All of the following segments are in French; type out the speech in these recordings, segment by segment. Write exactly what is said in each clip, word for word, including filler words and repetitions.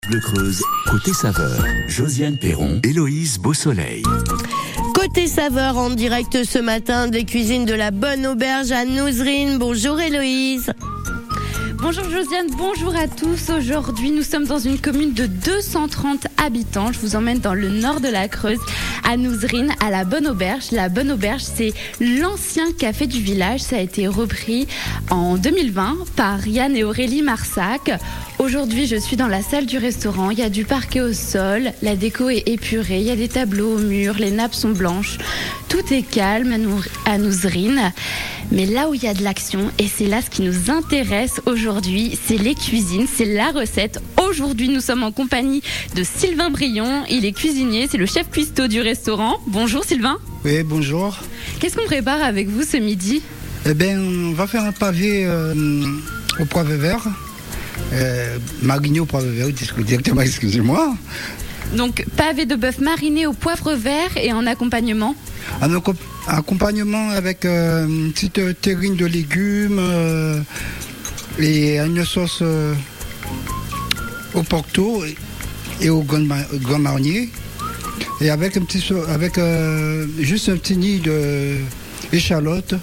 Bleu Creuse, côté saveur, Josiane Perron, Héloïse Beausoleil. Côté saveur en direct ce matin des cuisines de la Bonne Auberge à Nouzerine. Bonjour Héloïse. Bonjour Josiane, bonjour à tous. Aujourd'hui, nous sommes dans une commune de deux cent trente habitants. Je vous emmène dans le nord de la Creuse, à Nouzerine, à la Bonne Auberge. La Bonne Auberge, c'est l'ancien café du village. Ça a été repris en deux mille vingt par Yann et Aurélie Marsac. Aujourd'hui, je suis dans la salle du restaurant. Il y a du parquet au sol, la déco est épurée, il y a des tableaux au mur, les nappes sont blanches. Tout est calme à Nouzerine. Mais là où il y a de l'action, et c'est là ce qui nous intéresse aujourd'hui, c'est les cuisines, c'est la recette. Aujourd'hui, nous sommes en compagnie de Sylvain Brion. Il est cuisinier, c'est le chef cuistot du restaurant. Bonjour Sylvain. Oui, bonjour. Qu'est-ce qu'on prépare avec vous ce midi ? Eh bien, on va faire un pavé euh, au poivre vert. Euh, mariné au poivre vert, directement, excusez-moi. Donc, pavé de bœuf mariné au poivre vert et en accompagnement ? Un accompagnement avec euh, une petite terrine de légumes euh, et une sauce euh, au porto et au grand, grand marnier. Et avec, un petit, avec euh, juste un petit nid d'échalote.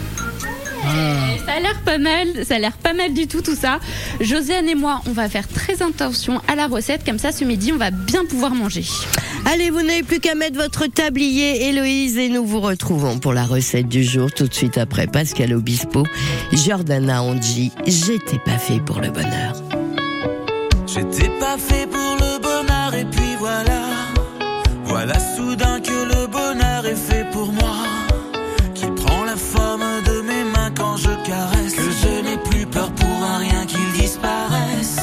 Ah. Ça a l'air pas mal, ça a l'air pas mal du tout tout ça. Josiane et moi, on va faire très attention à la recette, comme ça ce midi on va bien pouvoir manger. Allez, vous n'avez plus qu'à mettre votre tablier, Héloïse, et nous vous retrouvons pour la recette du jour, tout de suite après Pascal Obispo, Jordana Onji. J'étais pas fait pour le bonheur. J'étais pas fait pour le bonheur et puis voilà, voilà soudain que le bonheur est fait pour moi, qui prend la forme de mes mains quand je caresse, que je n'ai plus peur pour un rien qu'il disparaisse.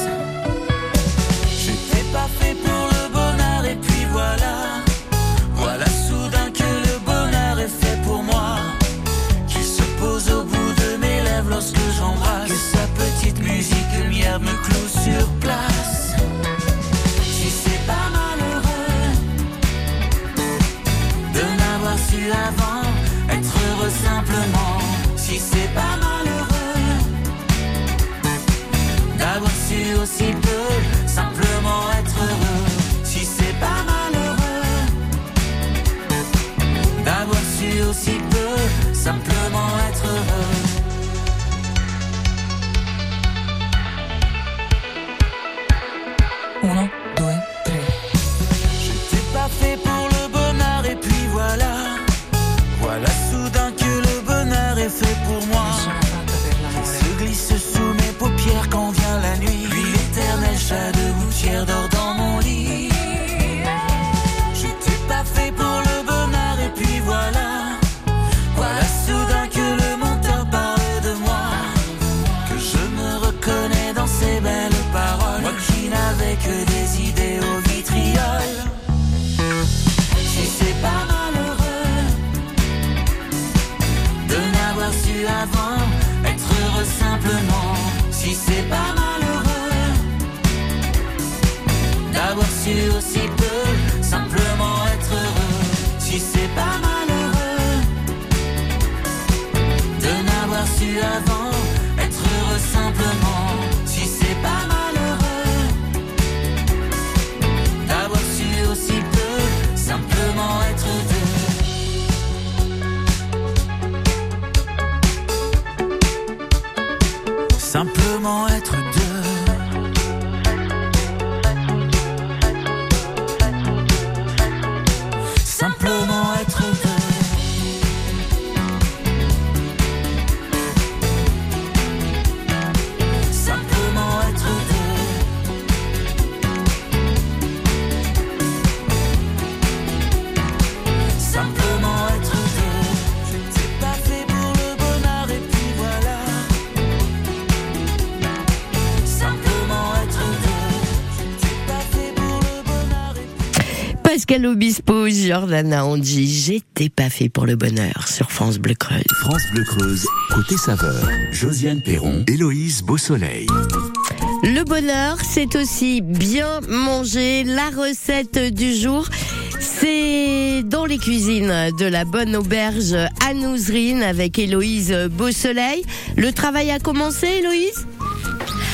J'étais pas fait pour le bonheur et puis voilà, voilà soudain que le bonheur est fait pour moi, qu'il se pose au bout de mes lèvres lorsque j'embrasse, que sa petite musique lumière me cloue sur place. Si c'est pas malheureux de n'avoir su avant être heureux simplement, si c'est pas malheureux d'avoir su aussi peu simplement être heureux, si c'est pas malheureux d'avoir su aussi peu simplement être heureux. Uno, deux, trois. J'étais pas fait pour le bonheur et puis voilà, voilà soudain que le bonheur est fait pour moi. Il se glisse sous mes paupières quand vient la nuit, puis l'éternel chat de gouttière dort dans mon lit. J'étais pas fait pour le bonheur et puis voilà, voilà soudain que le monteur parle de moi, que je me reconnais dans ses belles paroles, moi qui n'avais que des idées au vitriol. Si c'est pas malheureux de n'avoir su avant être heureux simplement, si c'est pas malheureux d'avoir su aussi peu simplement être heureux, si c'est pas malheureux de n'avoir su avant être heureux simplement, si c'est pas malheureux d'avoir su aussi peu simplement être deux, simplement être deux. Simplement être deux. Simplement être deux. Simplement être deux. J'étais pas fait pour le bonheur et puis voilà, simplement être deux. J'étais pas fait pour le bonheur et puis... Pascal Obispo, Jordana Onji. J'étais pas fait pour le bonheur sur France Bleu Creuse. France Bleu Creuse, côté saveur, Josiane Perron, Héloïse Beausoleil. Le bonheur, c'est aussi bien manger. La recette du jour, c'est dans les cuisines de la Bonne Auberge à Nouzerine avec Héloïse Beausoleil. Le travail a commencé, Héloïse ?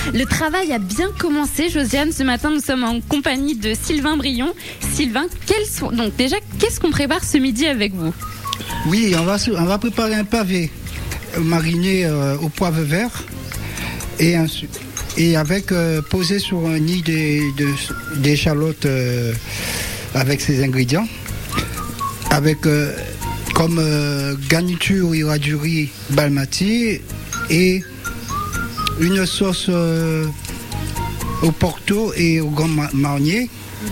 Le travail a bien commencé, Josiane. Ce matin, nous sommes en compagnie de Sylvain Brion. Sylvain, quels sont... donc déjà, qu'est-ce qu'on prépare ce midi avec vous? Oui, on va, on va préparer un pavé mariné euh, au poivre vert et, un, et avec euh, posé sur un nid des, de, des échalotes euh, avec ces ingrédients. Avec euh, comme euh, garniture, il y aura du riz balmati et une sauce euh, au Porto et au Grand Marnier.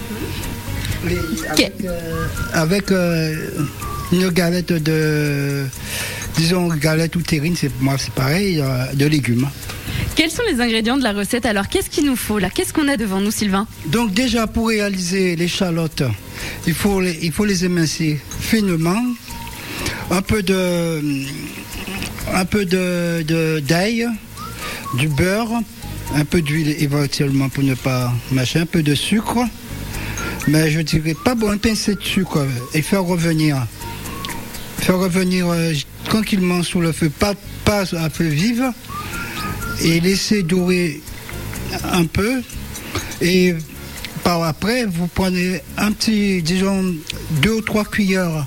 Mm-hmm. Avec, euh, avec euh, une galette de, disons, galette ou terrine, c'est, moi c'est pareil, euh, de légumes. Quels sont les ingrédients de la recette alors? Qu'est-ce qu'il nous faut là? Qu'est-ce qu'on a devant nous, Sylvain? Donc déjà, pour réaliser l'échalote, il faut les, il faut les émincer finement. Un peu de, un peu de, de d'ail, du beurre, un peu d'huile éventuellement pour ne pas mâcher, un peu de sucre. Mais je dirais pas bon, un pincé de sucre et faire revenir. Faire revenir euh, tranquillement sur le feu, pas, pas à feu vif, et laisser dorer un peu. Et par après, vous prenez un petit, disons, deux ou trois cuillères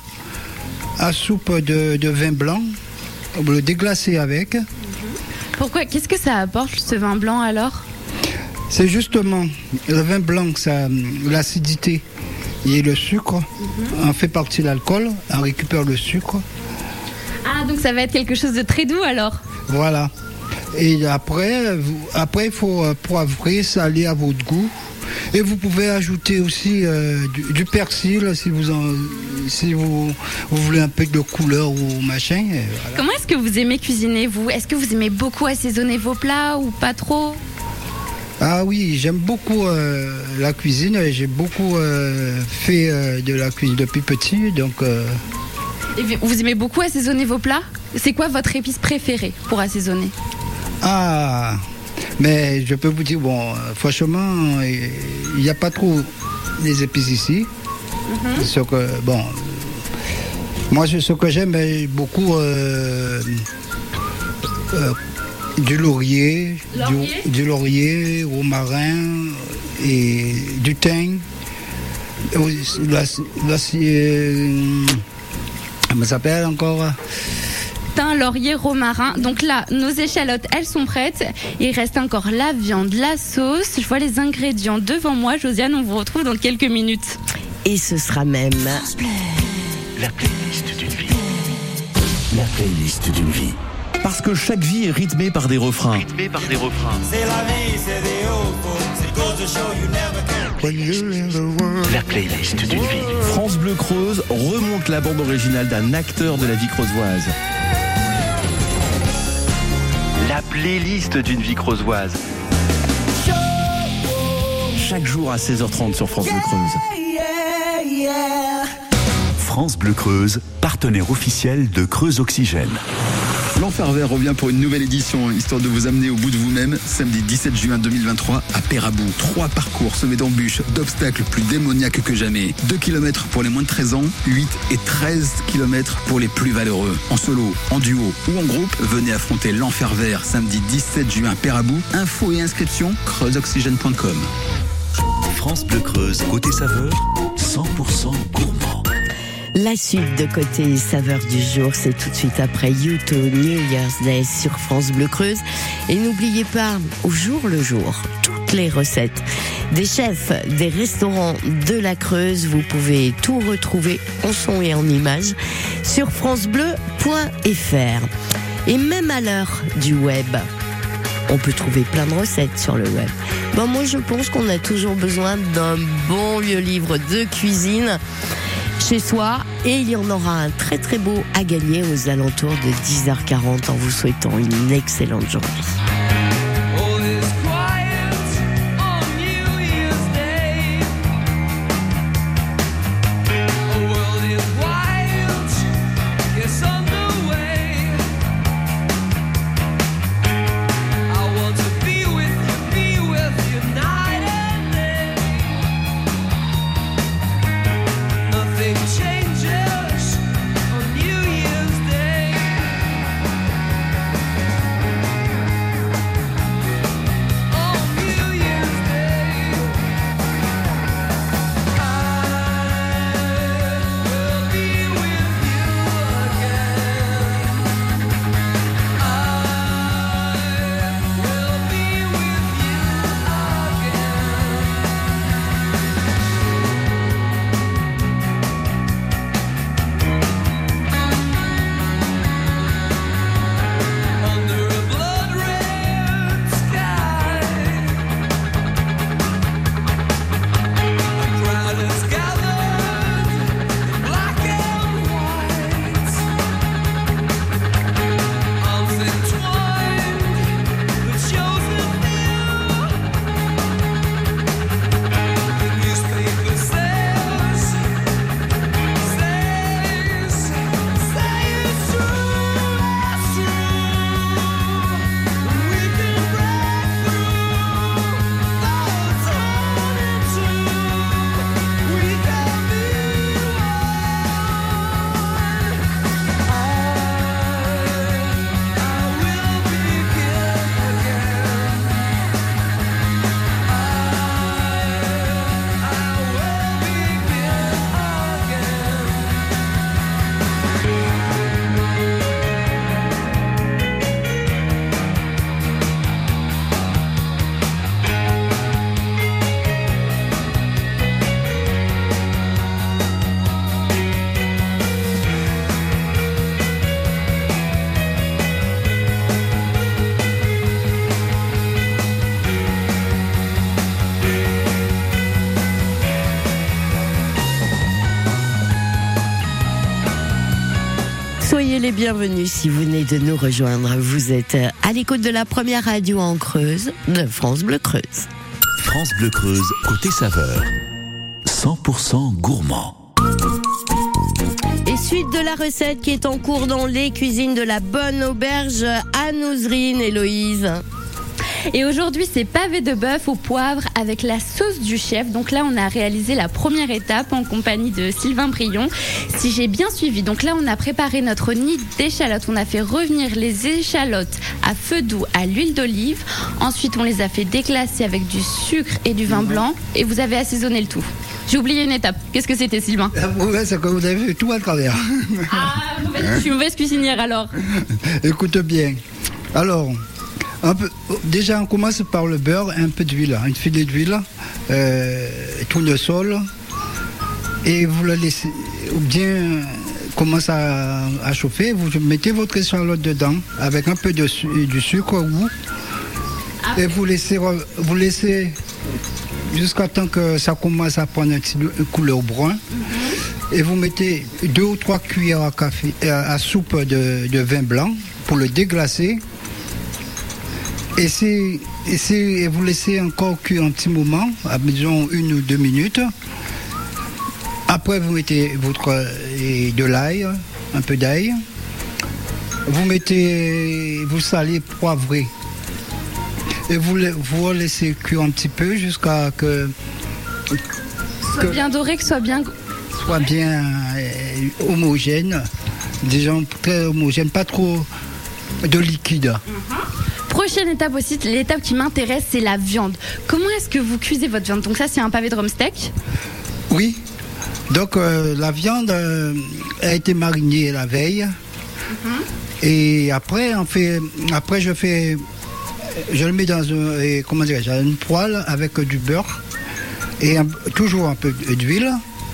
à soupe de, de vin blanc, vous le déglacez avec. Pourquoi? Qu'est-ce que ça apporte ce vin blanc alors? C'est justement le vin blanc, ça, l'acidité et le sucre, mm-hmm. en fait partie de l'alcool, on récupère le sucre. Ah, donc ça va être quelque chose de très doux alors? Voilà. Et après, vous, après il faut poivrer, saler à votre goût. Et vous pouvez ajouter aussi euh, du, du persil si vous en, si vous, vous voulez un peu de couleur ou machin. Et voilà. Comment est-ce que vous aimez cuisiner, vous? Est-ce que vous aimez beaucoup assaisonner vos plats ou pas trop? Ah oui, j'aime beaucoup euh, la cuisine. J'ai beaucoup euh, fait euh, de la cuisine depuis petit, donc. Euh... Et vous aimez beaucoup assaisonner vos plats? C'est quoi votre épice préférée pour assaisonner? Ah, mais je peux vous dire, bon, franchement, il n'y a pas trop les épices ici. Mm-hmm. Ce que, bon, moi, ce que j'aime beaucoup, euh, euh, du laurier, laurier? Du, du laurier, romarin et du thym. La, la, euh, comment ça s'appelle encore? Thym, laurier, romarin. Donc là, nos échalotes, elles sont prêtes. Il reste encore la viande, la sauce. Je vois les ingrédients devant moi. Josiane, on vous retrouve dans quelques minutes. Et ce sera même la playlist d'une vie. La playlist d'une vie. Parce que chaque vie est rythmée par des refrains. Rythmée par des refrains. C'est la vie, c'est des hauts folks. It goes to show you never can. When you're in the world. La playlist d'une vie. France Bleu Creuse remonte la bande originale d'un acteur de la vie creusoise. La playlist d'une vie creusoise. Chaque jour à seize heures trente sur France Bleu Creuse. France Bleu Creuse, partenaire officiel de Creuse Oxygène. L'Enfer Vert revient pour une nouvelle édition, histoire de vous amener au bout de vous-même, samedi dix-sept juin deux mille vingt-trois à Pérabou. Trois parcours semés d'embûches, d'obstacles plus démoniaques que jamais. deux kilomètres pour les moins de treize ans, huit et treize kilomètres pour les plus valeureux. En solo, en duo ou en groupe, venez affronter l'Enfer Vert samedi dix-sept juin à Pérabou. Infos et inscriptions, creuse oxygène point com. France Bleu Creuse, côté saveur, cent pour cent gourmand. La suite de Côté Saveur du jour, c'est tout de suite après U deux New Year's Day sur France Bleu Creuse. Et n'oubliez pas, au jour le jour, toutes les recettes des chefs des restaurants de la Creuse. Vous pouvez tout retrouver en son et en images sur francebleu point f r. Et même à l'heure du web, on peut trouver plein de recettes sur le web. Bon, moi, je pense qu'on a toujours besoin d'un bon vieux livre de cuisine chez soi, et il y en aura un très très beau à gagner aux alentours de dix heures quarante en vous souhaitant une excellente journée. Soyez les bienvenus si vous venez de nous rejoindre. Vous êtes à l'écoute de la première radio en Creuse de France Bleu Creuse. France Bleu Creuse, côté saveur. cent pour cent gourmand. Et suite de la recette qui est en cours dans les cuisines de la Bonne Auberge à Nouzerine, Héloïse. Et aujourd'hui, c'est pavé de bœuf au poivre avec la sauce du chef. Donc là, on a réalisé la première étape en compagnie de Sylvain Brion. Si j'ai bien suivi, donc là, on a préparé notre nid d'échalotes. On a fait revenir les échalotes à feu doux à l'huile d'olive. Ensuite, on les a fait déglacer avec du sucre et du vin blanc. Et vous avez assaisonné le tout. J'ai oublié une étape. Qu'est-ce que c'était, Sylvain? Ouais, c'est que vous avez fait tout à travers. Ah, mauvaise, je suis mauvaise cuisinière alors. Écoute bien. Alors... Un peu, déjà, on commence par le beurre et un peu d'huile, une filet d'huile, euh, tournesol, et vous le laissez bien commence à, à chauffer. Vous mettez votre échalote dedans avec un peu de du sucre au goût, et vous laissez, vous laissez jusqu'à temps que ça commence à prendre une couleur brun. Et vous mettez deux ou trois cuillères à café, à soupe de, de vin blanc pour le déglacer. Et, c'est, et, c'est, et vous laissez encore cuire un petit moment, à disons une ou deux minutes. Après, vous mettez votre, et de l'ail, un peu d'ail. Vous mettez, vous salez, poivrez. Et vous, vous laissez cuire un petit peu jusqu'à que... Soit que, bien doré, que soit bien... Soit bien euh, homogène. Disons très homogène, pas trop de liquide. Mm-hmm. Prochaine étape aussi, l'étape qui m'intéresse, c'est la viande. Comment est-ce que vous cuisez votre viande? Donc ça, c'est un pavé de drumstick? Oui. Donc euh, la viande euh, a été marinée la veille. Mm-hmm. Et après, on fait, après je fais, je le mets dans un, et, comment dire, une poêle avec du beurre et un, toujours un peu d'huile.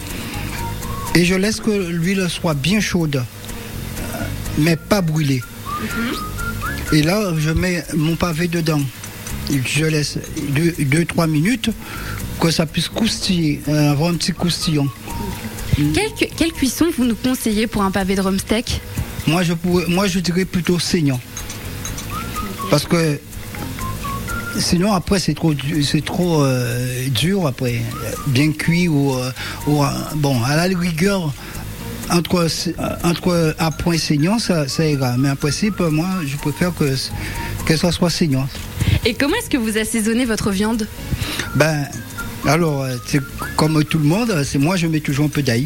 Et je laisse que l'huile soit bien chaude, mais pas brûlée. Mm-hmm. Et là, je mets mon pavé dedans. Je laisse deux trois minutes que ça puisse croustiller, euh, avoir un petit croustillon. Quelle, quelle cuisson vous nous conseillez pour un pavé de drumstick? Moi, je pourrais, moi, je dirais plutôt saignant. Parce que sinon, après, c'est trop, c'est trop euh, dur, après. Bien cuit ou, ou... Bon, à la rigueur... Entre, entre à point saignant, ça, ça ira. Mais en principe, moi, je préfère que, que ça soit saignant. Et comment est-ce que vous assaisonnez votre viande? Ben, alors, c'est comme tout le monde, c'est moi, je mets toujours un peu d'ail.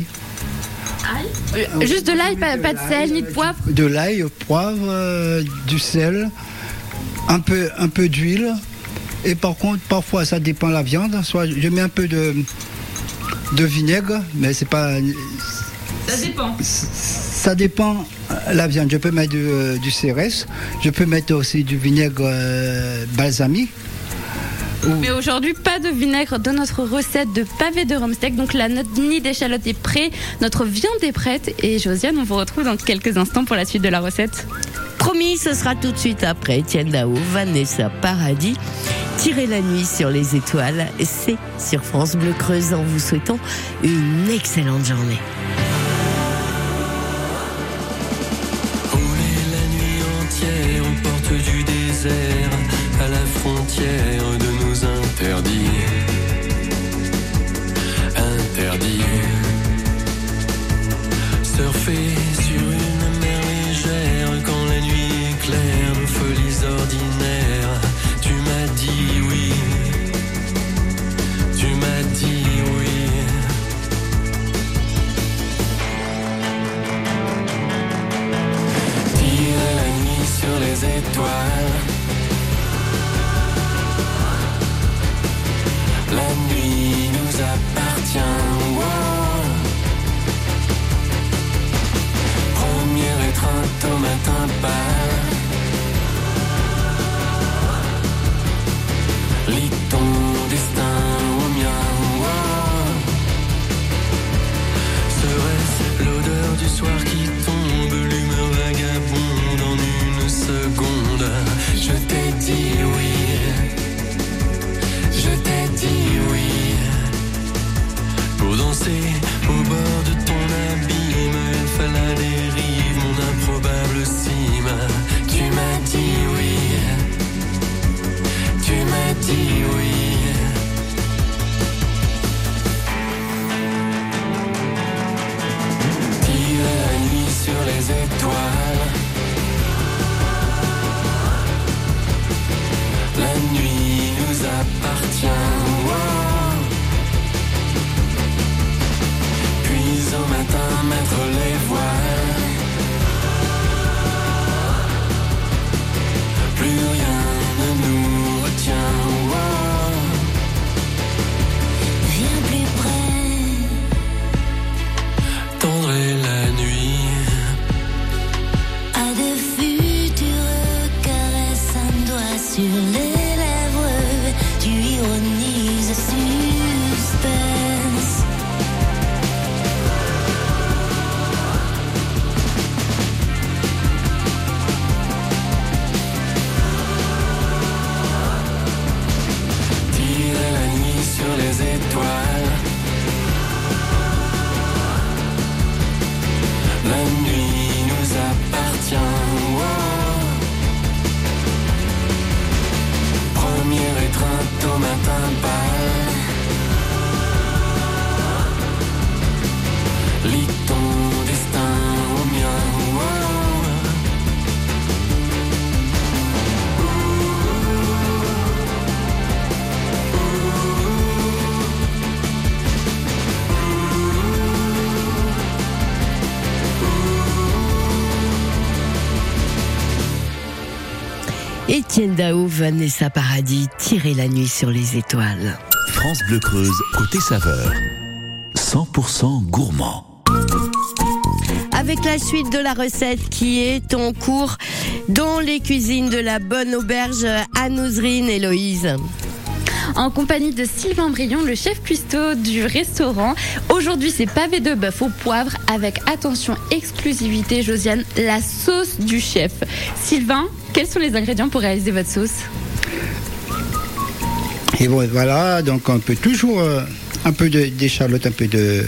Ail euh, Juste de l'ail, pas, pas de sel, ni de poivre? De l'ail, poivre, euh, du sel, un peu, un peu d'huile. Et par contre, parfois, ça dépend de la viande. Soit je mets un peu de, de vinaigre, mais c'est pas... Ça dépend. Ça dépend la viande. Je peux mettre du, euh, du C R S, je peux mettre aussi du vinaigre euh, balsamique. Ou... Mais aujourd'hui, pas de vinaigre dans notre recette de pavé de drumstick. Donc la notre nid d'échalote est prêt, notre viande est prête. Et Josiane, on vous retrouve dans quelques instants pour la suite de la recette. Promis, ce sera tout de suite après. Étienne Dao, Vanessa Paradis. Tirer la nuit sur les étoiles, c'est sur France Bleu Creuse en vous souhaitant une excellente journée. Du désert à la frontière de nos interdits, interdits. Surfer sur une mer légère quand la nuit est claire, nos folies ordinaires. Tu m'as dit oui, tu m'as dit oui. Sur les étoiles, la nuit nous appartient. Wow. Première étreinte au matin pâle. Lis ton destin au mien. Wow. Serait-ce l'odeur du soir qui tombe, l'humeur vagabonde en une seconde? Je t'ai dit oui, je t'ai dit oui. Pour danser au bord de ton abîme, il fallait la dérive, mon improbable. Étienne Dao, Vanessa Paradis, tirer la nuit sur les étoiles. France Bleu Creuse, côté saveur. cent pour cent gourmand. Avec la suite de la recette qui est en cours dans les cuisines de la Bonne Auberge à Nouzerine, Héloïse. En compagnie de Sylvain Brion, le chef cuistot du restaurant. Aujourd'hui, c'est pavé de bœuf au poivre avec, attention, exclusivité, Josiane, la sauce du chef. Sylvain, quels sont les ingrédients pour réaliser votre sauce ? Et bon, voilà, donc on peut toujours euh, un peu de, d'échalote, un peu de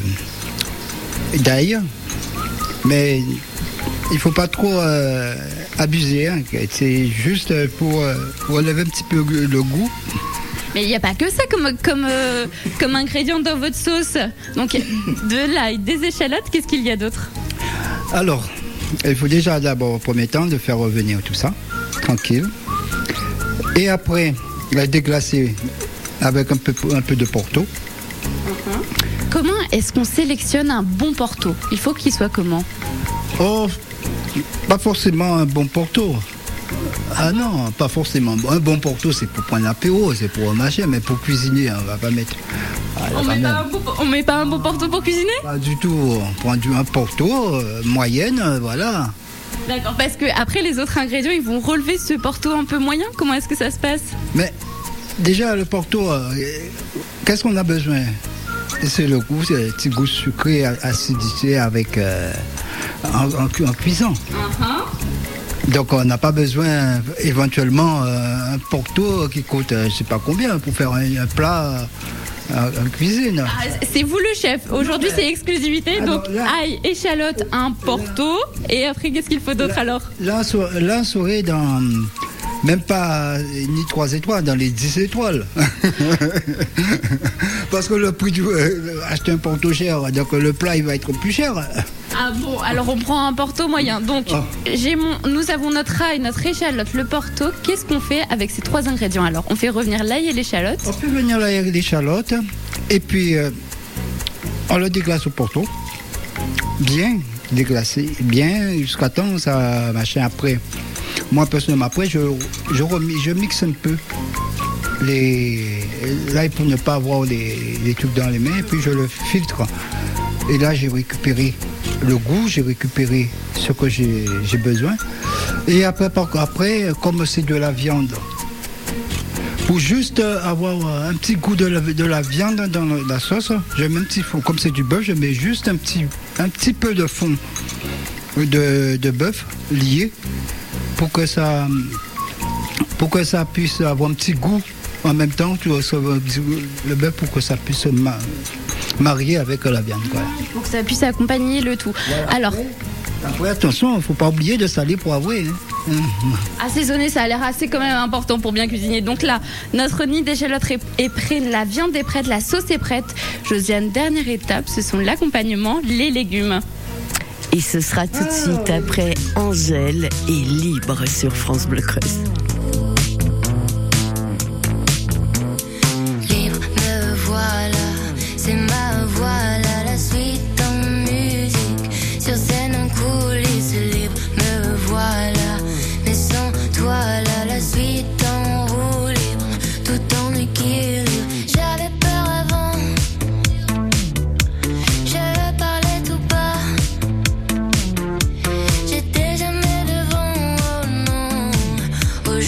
d'ail, mais il ne faut pas trop euh, abuser, hein. C'est juste pour, euh, pour enlever un petit peu le goût. Mais il n'y a pas que ça comme, comme, euh, comme ingrédient dans votre sauce. Donc de l'ail, des échalotes, qu'est-ce qu'il y a d'autre ? Alors, il faut déjà d'abord au premier temps de faire revenir tout ça, tranquille. Et après, la déglacer avec un peu, un peu de Porto. Uh-huh. Comment est-ce qu'on sélectionne un bon Porto ? Il faut qu'il soit comment ? Oh, pas forcément un bon Porto. Ah non, pas forcément. Un bon Porto, c'est pour prendre l'apéro, c'est pour machin, mais pour cuisiner, on va pas mettre. Ah, on met pas, bon, on met pas un bon Porto pour cuisiner ? Pas du tout. On prend du, un Porto, euh, moyenne, euh, voilà. D'accord, parce que après les autres ingrédients, ils vont relever ce Porto un peu moyen. Comment est-ce que ça se passe ? Mais déjà, le Porto, euh, qu'est-ce qu'on a besoin ? C'est le goût, c'est le petit goût sucré, acidité avec euh, en, en, en cuisant. Uh-huh. Donc on n'a pas besoin éventuellement euh, un Porto qui coûte euh, je ne sais pas combien pour faire un, un plat euh, en cuisine. Ah, c'est vous le chef. Aujourd'hui c'est exclusivité. Alors, donc là, ail, échalote, un Porto. Et après qu'est-ce qu'il faut d'autre là, alors ? Là, là on serait dans même pas ni trois étoiles, dans les dix étoiles. Parce que le prix du euh, acheter un Porto cher, donc le plat il va être plus cher. Ah bon, alors on prend un Porto moyen. Donc oh. j'ai mon, nous avons notre ail, notre échalote, le Porto. Qu'est-ce qu'on fait avec ces trois ingrédients alors ? On fait revenir l'ail et l'échalote. On fait venir l'ail et l'échalote et puis euh, on le déglace au Porto. Bien déglacé, bien jusqu'à temps ça machin après. Moi personnellement après je, je, remis, je mixe un peu les l'ail pour ne pas avoir les, les trucs dans les mains et puis je le filtre. Et là j'ai récupéré le goût, j'ai récupéré ce que j'ai, j'ai besoin. Et après, après, comme c'est de la viande, pour juste avoir un petit goût de la, de la viande dans la sauce, je mets un petit fond. Comme c'est du bœuf, je mets juste un petit, un petit peu de fond de, de bœuf lié pour que ça, pour que ça puisse avoir un petit goût en même temps, le bœuf pour que ça puisse ma, marier avec la viande. Quoi. Pour que ça puisse accompagner le tout. Voilà, alors, après, après, attention, il ne faut pas oublier de saler poivrer. Hein. Assaisonner, ça a l'air assez quand même important pour bien cuisiner. Donc là, notre nid d'échalote est prêt, la viande est prête, la sauce est prête. Josiane, dernière étape, ce sont l'accompagnement, les légumes. Et ce sera tout de suite après Angèle et Libre sur France Bleu Creuse. C'est ma voix, là, la suite en musique. Sur scène, en coulisses, libre, me voilà. Mais sans toi, là, la suite en roue libre, tout en équilibre. J'avais peur avant, je parlais tout bas. J'étais jamais devant, oh non.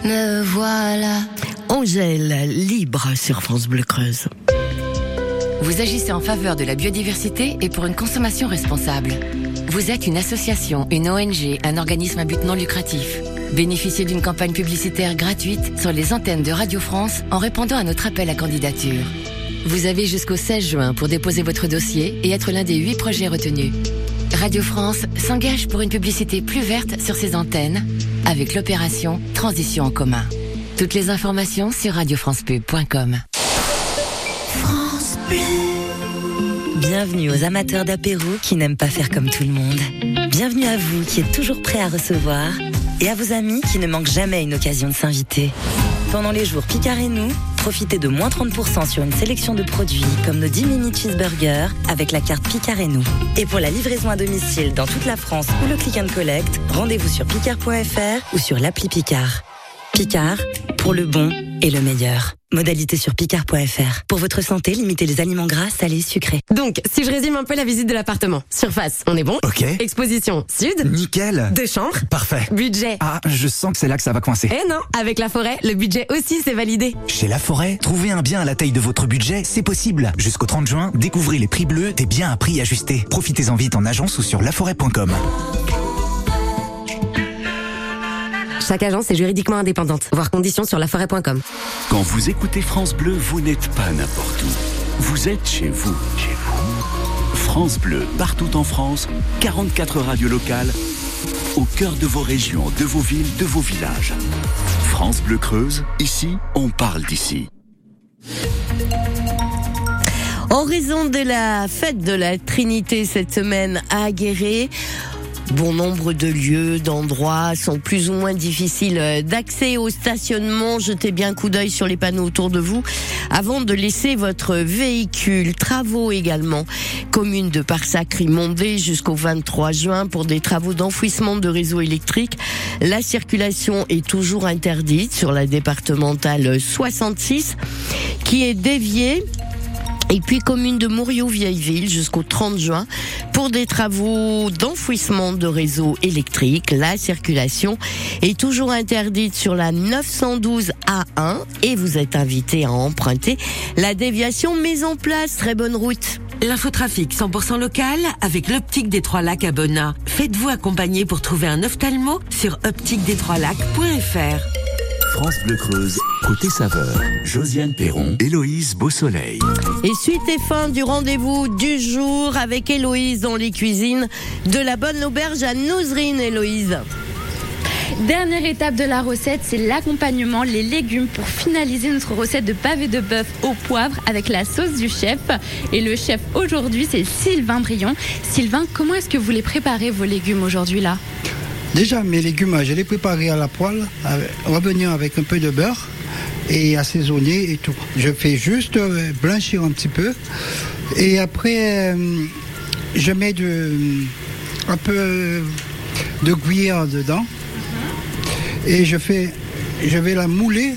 me voilà. Angèle, libre sur France Bleu Creuse. Vous agissez en faveur de la biodiversité et pour une consommation responsable. Vous êtes une association, une O N G, un organisme à but non lucratif. Bénéficiez d'une campagne publicitaire gratuite sur les antennes de Radio France en répondant à notre appel à candidature. Vous avez jusqu'au seize juin pour déposer votre dossier et être l'un des huit projets retenus. Radio France s'engage pour une publicité plus verte sur ses antennes avec l'opération Transition en commun. Toutes les informations sur radio france pub point com. France Bleu. Bienvenue aux amateurs d'apéro qui n'aiment pas faire comme tout le monde. Bienvenue à vous qui êtes toujours prêts à recevoir et à vos amis qui ne manquent jamais une occasion de s'inviter. Pendant les jours Picard et nous, profitez de moins trente pour cent sur une sélection de produits comme nos dix mini cheeseburgers avec la carte Picard et nous. Et pour la livraison à domicile dans toute la France ou le click and collect, rendez-vous sur picard point f r ou sur l'appli Picard. Picard, pour le bon et le meilleur. Modalité sur picard point f r. Pour votre santé, limitez les aliments gras, salés, sucrés. Donc, si je résume un peu la visite de l'appartement. Surface, on est bon. Ok. Exposition, sud. Nickel. Deux chambres. Parfait. Budget. Ah, je sens que c'est là que ça va coincer. Eh non, avec La Forêt, le budget aussi c'est validé. Chez La Forêt, trouver un bien à la taille de votre budget, c'est possible. Jusqu'au trente juin, découvrez les prix bleus des biens à prix ajusté. Profitez-en vite en agence ou sur la forêt point com. Chaque agence est juridiquement indépendante. Voir conditions sur la forêt point com. Quand vous écoutez France Bleu, vous n'êtes pas n'importe où. Vous êtes chez vous. Chez vous. France Bleu, partout en France, quarante-quatre radios locales, au cœur de vos régions, de vos villes, de vos villages. France Bleu Creuse, ici, on parle d'ici. En raison de la fête de la Trinité cette semaine à Guéret, bon nombre de lieux, d'endroits sont plus ou moins difficiles d'accès au stationnement. Jetez bien un coup d'œil sur les panneaux autour de vous avant de laisser votre véhicule. Travaux également. Commune de Parsac-Rimondé jusqu'au vingt-trois juin pour des travaux d'enfouissement de réseaux électriques. La circulation est toujours interdite sur la départementale soixante-six qui est déviée. Et puis commune de Mouriot-Vieilleville jusqu'au trente juin pour des travaux d'enfouissement de réseaux électriques. La circulation est toujours interdite sur la neuf cent douze A un et vous êtes invité à emprunter la déviation mise en place. Très bonne route. L'infotrafic cent pour cent local avec l'Optique des Trois Lacs à Bonnat. Faites-vous accompagner pour trouver un ophtalmo sur optique des trois lacs point f r. France Bleu Creuse, côté saveur, Josiane Perron, Héloïse Beausoleil. Et suite et fin du rendez-vous du jour avec Héloïse dans les cuisines de la Bonne Auberge à Nouzerines. Héloïse. Dernière étape de la recette, c'est l'accompagnement, les légumes pour finaliser notre recette de pavé de bœuf au poivre avec la sauce du chef. Et le chef aujourd'hui, c'est Sylvain Brion. Sylvain, comment est-ce que vous les préparez vos légumes aujourd'hui là ? Déjà, mes légumes, je les prépare à la poêle, revenir avec un peu de beurre et assaisonner et tout. Je fais juste blanchir un petit peu et après, je mets de, un peu de gruyère dedans et je fais, je vais la mouler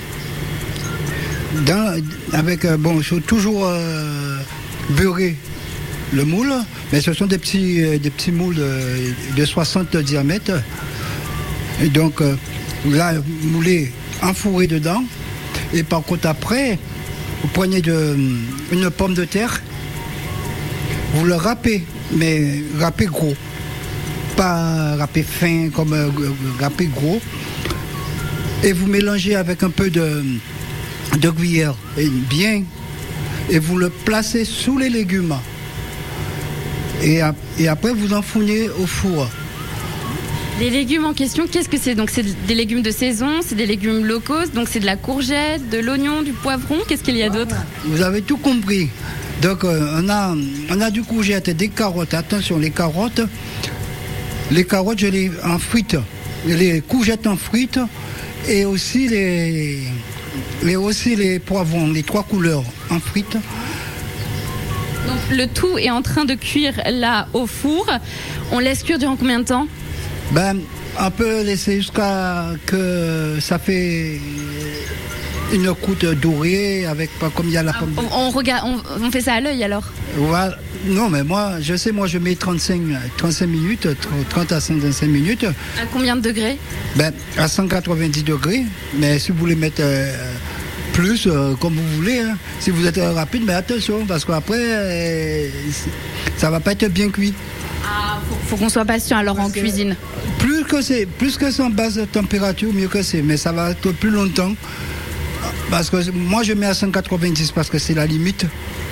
dans, avec, bon, je vais toujours euh, beurrer le moule, mais ce sont des petits, des petits moules de, de soixante de diamètre. Et donc, euh, là, moulé, enfouré dedans. Et par contre, après, vous prenez de, une pomme de terre, vous le râpez, mais râpez gros. Pas râpez fin, comme euh, râpez gros. Et vous mélangez avec un peu de, de gruyère, et bien, et vous le placez sous les légumes. Et, et après, vous enfournez au four. Les légumes en question, qu'est-ce que c'est ? Donc, c'est des légumes de saison, c'est des légumes locaux, donc c'est de la courgette, de l'oignon, du poivron. Qu'est-ce qu'il y a d'autre ? Vous avez tout compris. Donc, euh, on, a, on a du courgette, des carottes. Attention, les carottes, les carottes, je les en frites. Les courgettes en frites et aussi les, les, aussi les poivrons, les trois couleurs en frites. Donc le tout est en train de cuire là au four. On laisse cuire durant combien de temps ? Ben, on peut laisser jusqu'à que ça fait une croûte dorée avec pas comme il y a la pomme. On, on regarde, on, on fait ça à l'œil alors. Voilà. Non, mais moi, je sais, moi, je mets trente-cinq, trente-cinq minutes, trente à cinquante-cinq minutes. À combien de degrés? Ben, à cent quatre-vingt-dix degrés. Mais si vous voulez mettre euh, plus, euh, comme vous voulez, hein. Si vous êtes euh, rapide, mais attention, parce qu'après, euh, ça va pas être bien cuit. Ah, faut, faut qu'on soit patient alors parce en cuisine. Plus que c'est, plus que c'est en basse température, mieux que c'est. Mais ça va être plus longtemps. Parce que moi, je mets à cent quatre-vingt-dix parce que c'est la limite.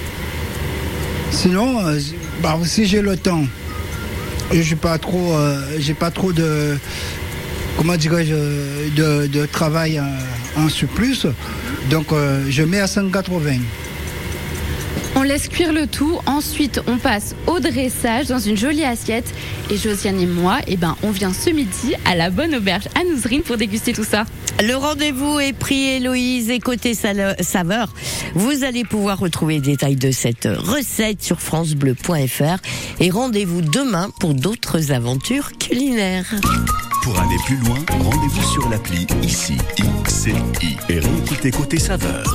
Sinon, euh, bah, si j'ai le temps, et j'ai pas trop, euh, j'ai pas trop de, comment dirais-je, de, de travail en, en surplus, donc euh, je mets à cent quatre-vingts. On laisse cuire le tout, ensuite on passe au dressage dans une jolie assiette. Et Josiane et moi, eh ben, on vient ce midi à la Bonne Auberge à Nouzrine pour déguster tout ça. Le rendez-vous est pris, Héloïse, et côté saveur, vous allez pouvoir retrouver les détails de cette recette sur francebleu point f r et rendez-vous demain pour d'autres aventures culinaires. Pour aller plus loin, rendez-vous sur l'appli ici, I C I, et réécoutez côté saveur.